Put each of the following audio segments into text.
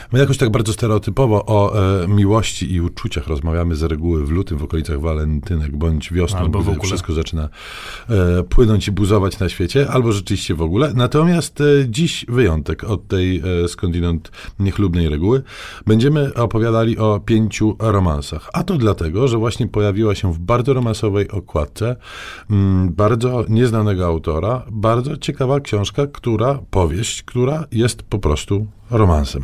My jakoś tak bardzo stereotypowo o miłości i uczuciach rozmawiamy z reguły w lutym w okolicach walentynek, bądź wiosną, albo gdy wszystko zaczyna płynąć i buzować na świecie, albo rzeczywiście w ogóle. Natomiast dziś wyjątek od tej skądinąd niechlubnej reguły. Będziemy opowiadali o 5 romansach. A to dlatego, że właśnie pojawiła się w bardzo romansowej okładce bardzo nieznanego autora, bardzo ciekawa książka, powieść, która jest po prostu romansem.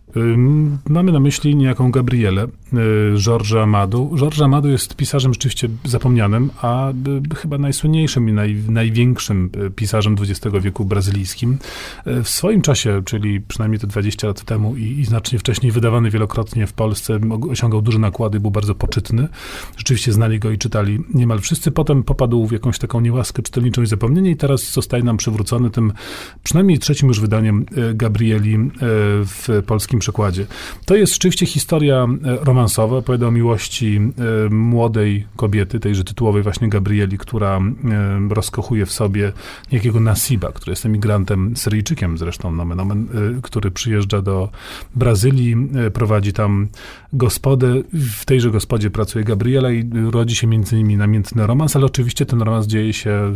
Mamy na myśli niejaką Gabrielę Georgesa Amadu. Georges Amadu jest pisarzem rzeczywiście zapomnianym, a chyba najsłynniejszym i największym pisarzem XX wieku brazylijskim. W swoim czasie, czyli przynajmniej te 20 lat temu i znacznie wcześniej wydawany wielokrotnie w Polsce, osiągał duże nakłady, był bardzo poczytny. Rzeczywiście znali go i czytali niemal wszyscy. Potem popadł w jakąś taką niełaskę czytelniczą i zapomnienie i teraz zostaje nam przywrócony tym przynajmniej 3. już wydaniem Gabrieli w polskim przekładzie. To jest rzeczywiście historia romansowa, opowiada o miłości młodej kobiety, tejże tytułowej właśnie Gabrieli, która rozkochuje w sobie niejakiego Nasiba, który jest emigrantem, Syryjczykiem zresztą, nomen omen, który przyjeżdża do Brazylii, prowadzi tam gospodę. W tejże gospodzie pracuje Gabriela i rodzi się między nimi namiętny romans, ale oczywiście ten romans dzieje się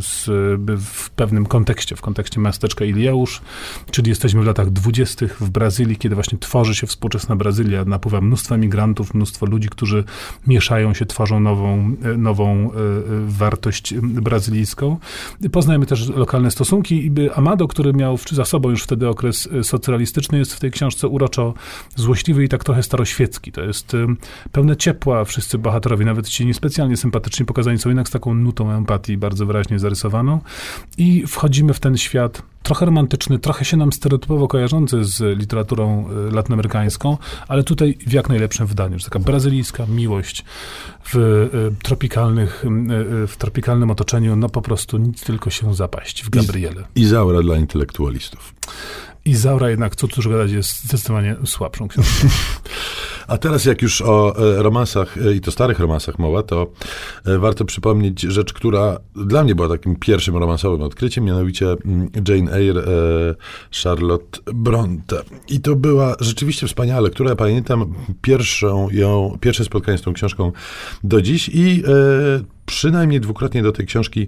w pewnym kontekście, w kontekście miasteczka Ilhéus, czyli jesteśmy w latach 20. w Brazylii, kiedy właśnie tworzy się współczesna Brazylia, napływa mnóstwo emigrantów, mnóstwo ludzi, którzy mieszają się, tworzą nową wartość brazylijską. Poznajemy też lokalne stosunki i Amado, który miał za sobą już wtedy okres socrealistyczny, jest w tej książce uroczo złośliwy i tak trochę staroświecki. To jest pełne ciepła, wszyscy bohaterowie, nawet ci niespecjalnie sympatyczni, pokazani są jednak z taką nutą empatii bardzo wyraźnie zarysowaną i wchodzimy w ten świat trochę romantyczny, trochę się nam stereotypowo kojarzący z literaturą latynoamerykańską, ale tutaj w jak najlepszym wydaniu. Że taka brazylijska miłość w tropikalnym otoczeniu, no po prostu nic, tylko się zapaść w Gabrielę. Izaura dla intelektualistów. Izaura jednak, co tu gadać, jest zdecydowanie słabszą książką. A teraz jak już o romansach, i to starych romansach mowa, to warto przypomnieć rzecz, która dla mnie była takim pierwszym romansowym odkryciem, mianowicie Jane Eyre, Charlotte Bronte. I to była rzeczywiście wspaniała lektura. Ja pamiętam pierwsze spotkanie z tą książką do dziś i przynajmniej dwukrotnie do tej książki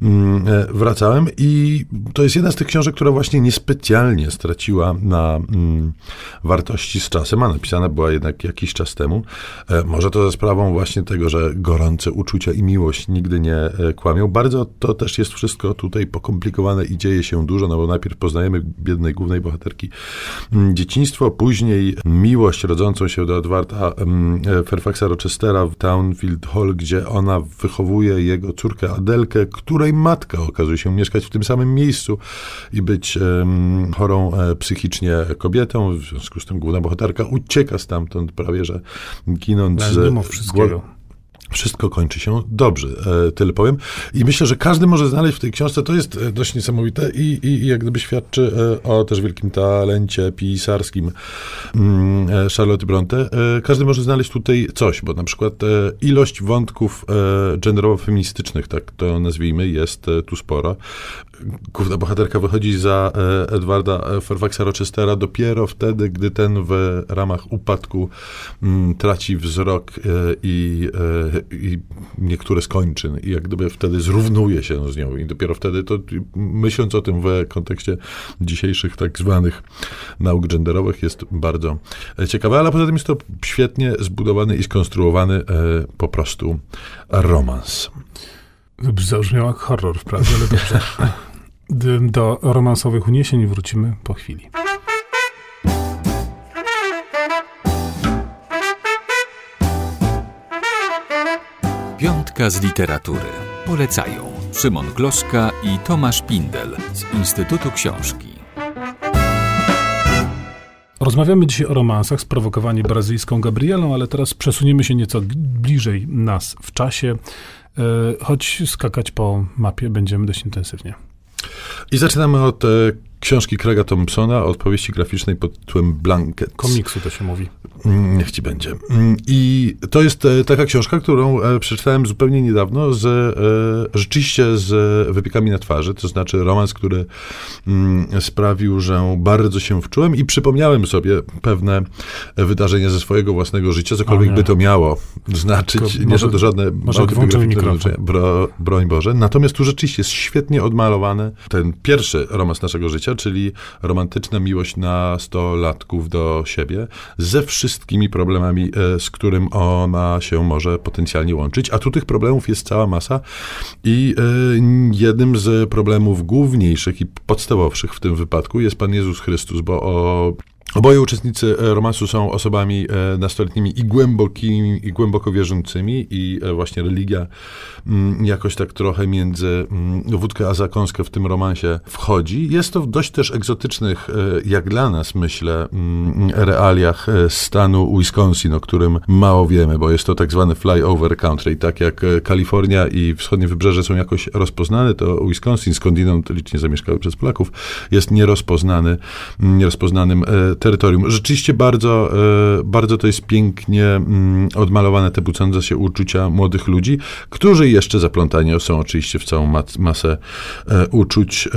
wracałem i to jest jedna z tych książek, która właśnie niespecjalnie straciła na wartości z czasem, a napisana była jednak jakiś czas temu. Może to za sprawą właśnie tego, że gorące uczucia i miłość nigdy nie kłamią. Bardzo to też jest wszystko tutaj pokomplikowane i dzieje się dużo, no bo najpierw poznajemy biednej głównej bohaterki dzieciństwo, później miłość rodzącą się do Edwarda Fairfaxa Rochestera w Townfield Hall, gdzie ona wychowuje jego córkę Adelkę, której matka okazuje się mieszkać w tym samym miejscu i być chorą psychicznie kobietą. W związku z tym główna bohaterka ucieka stamtąd prawie, że ginąc z głowy. Wszystko kończy się dobrze, tyle powiem. I myślę, że każdy może znaleźć w tej książce, to jest dość niesamowite i jak gdyby świadczy o też wielkim talencie pisarskim Charlotte Bronte. Każdy może znaleźć tutaj coś, bo na przykład ilość wątków genderowo-feministycznych, tak to nazwijmy, jest tu spora. Główna bohaterka wychodzi za Edwarda Fairfaxa Rochestera dopiero wtedy, gdy ten w ramach upadku traci wzrok i niektóre skończy i jak gdyby wtedy zrównuje się z nią i dopiero wtedy to, myśląc o tym w kontekście dzisiejszych tak zwanych nauk genderowych, jest bardzo ciekawe, ale poza tym jest to świetnie zbudowany i skonstruowany po prostu romans. Zabrzmiał jak horror wprawdzie, ale dobrze. Do romansowych uniesień wrócimy po chwili. Piątka z literatury. Polecają Szymon Gloszka i Tomasz Pindel z Instytutu Książki. Rozmawiamy dzisiaj o romansach sprowokowani brazylijską Gabrielą, ale teraz przesuniemy się nieco bliżej nas w czasie, choć skakać po mapie będziemy dość intensywnie. I zaczynamy od książki Craiga Thompsona, od powieści graficznej pod tytułem Blanket. Komiksu to się mówi. niech ci będzie. I to jest taka książka, którą przeczytałem zupełnie niedawno, rzeczywiście z wypiekami na twarzy, to znaczy romans, który sprawił, że bardzo się wczułem i przypomniałem sobie pewne wydarzenia ze swojego własnego życia, cokolwiek by to miało znaczyć. Nie są to żadne autobiograficzne, broń Boże. Natomiast tu rzeczywiście jest świetnie odmalowany ten pierwszy romans naszego życia, czyli romantyczna miłość na 100-latków do siebie, ze wszystkimi problemami, z którym ona się może potencjalnie łączyć. A tu tych problemów jest cała masa i jednym z problemów główniejszych i podstawowszych w tym wypadku jest Pan Jezus Chrystus, bo oboje uczestnicy romansu są osobami nastoletnimi i głęboko wierzącymi i właśnie religia jakoś tak trochę między wódkę a zakąskę w tym romansie wchodzi. Jest to w dość też egzotycznych, jak dla nas, myślę, realiach stanu Wisconsin, o którym mało wiemy, bo jest to tak zwany flyover country. Tak jak Kalifornia i wschodnie wybrzeże są jakoś rozpoznane, to Wisconsin, skądinąd licznie zamieszkały przez Polaków, jest nierozpoznanym terytorium. Rzeczywiście bardzo, bardzo to jest pięknie odmalowane, te bucące się uczucia młodych ludzi, którzy jeszcze zaplątani są oczywiście w całą masę uczuć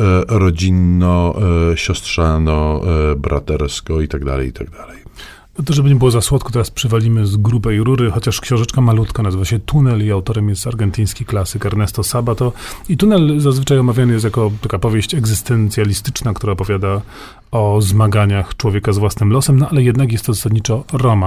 rodzinno, siostrzano, bratersko i tak dalej, i tak dalej. No to, żeby nie było za słodko, teraz przywalimy z grubej rury, chociaż książeczka malutka, nazywa się Tunel i autorem jest argentyński klasyk Ernesto Sabato. I Tunel zazwyczaj omawiany jest jako taka powieść egzystencjalistyczna, która opowiada o zmaganiach człowieka z własnym losem, no ale jednak jest to zasadniczo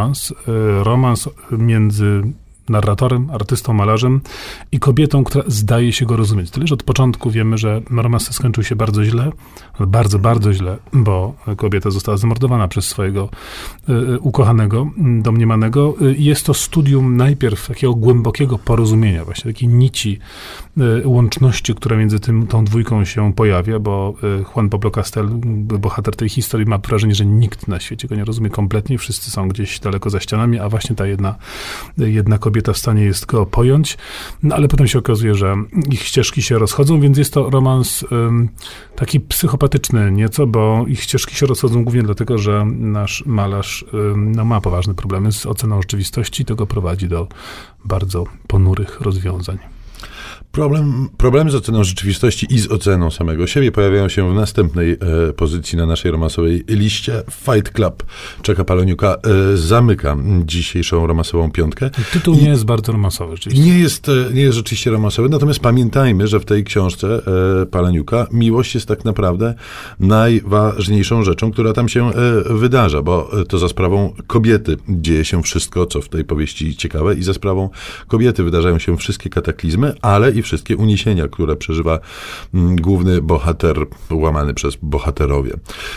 romans między narratorem, artystą, malarzem i kobietą, która zdaje się go rozumieć. Tyle, że od początku wiemy, że romans skończył się bardzo źle, bardzo, bardzo źle, bo kobieta została zamordowana przez swojego ukochanego, domniemanego. Jest to studium najpierw takiego głębokiego porozumienia, właśnie takiej nici łączności, która między tą dwójką się pojawia, bo Juan Pablo Castel, bohater tej historii, ma wrażenie, że nikt na świecie go nie rozumie kompletnie, wszyscy są gdzieś daleko za ścianami, a właśnie ta jedna kobieta w stanie jest go pojąć, no ale potem się okazuje, że ich ścieżki się rozchodzą, więc jest to romans taki psychopatyczny nieco, bo ich ścieżki się rozchodzą głównie dlatego, że nasz malarz ma poważne problemy z oceną rzeczywistości i to go prowadzi do bardzo ponurych rozwiązań. Problemy z oceną rzeczywistości i z oceną samego siebie pojawiają się w następnej pozycji na naszej romansowej liście. Fight Club Czeka Palahniuka zamyka dzisiejszą romansową piątkę. Tytuł nie jest bardzo romansowy, rzeczywiście. Nie jest rzeczywiście romansowy, natomiast pamiętajmy, że w tej książce Palahniuka miłość jest tak naprawdę najważniejszą rzeczą, która tam się wydarza, bo to za sprawą kobiety dzieje się wszystko, co w tej powieści ciekawe i za sprawą kobiety wydarzają się wszystkie kataklizmy, ale i wszystkie uniesienia, które przeżywa główny bohater, łamany przez bohaterowie.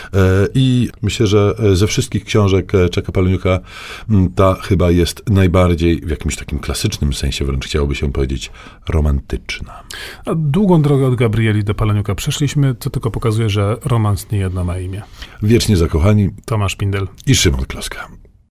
I myślę, że ze wszystkich książek Czeka Palahniuka ta chyba jest najbardziej, w jakimś takim klasycznym sensie wręcz chciałoby się powiedzieć, romantyczna. A długą drogę od Gabrieli do Palahniuka przeszliśmy, co tylko pokazuje, że romans nie jedno ma imię. Wiecznie zakochani Tomasz Pindel i Szymon Kloska.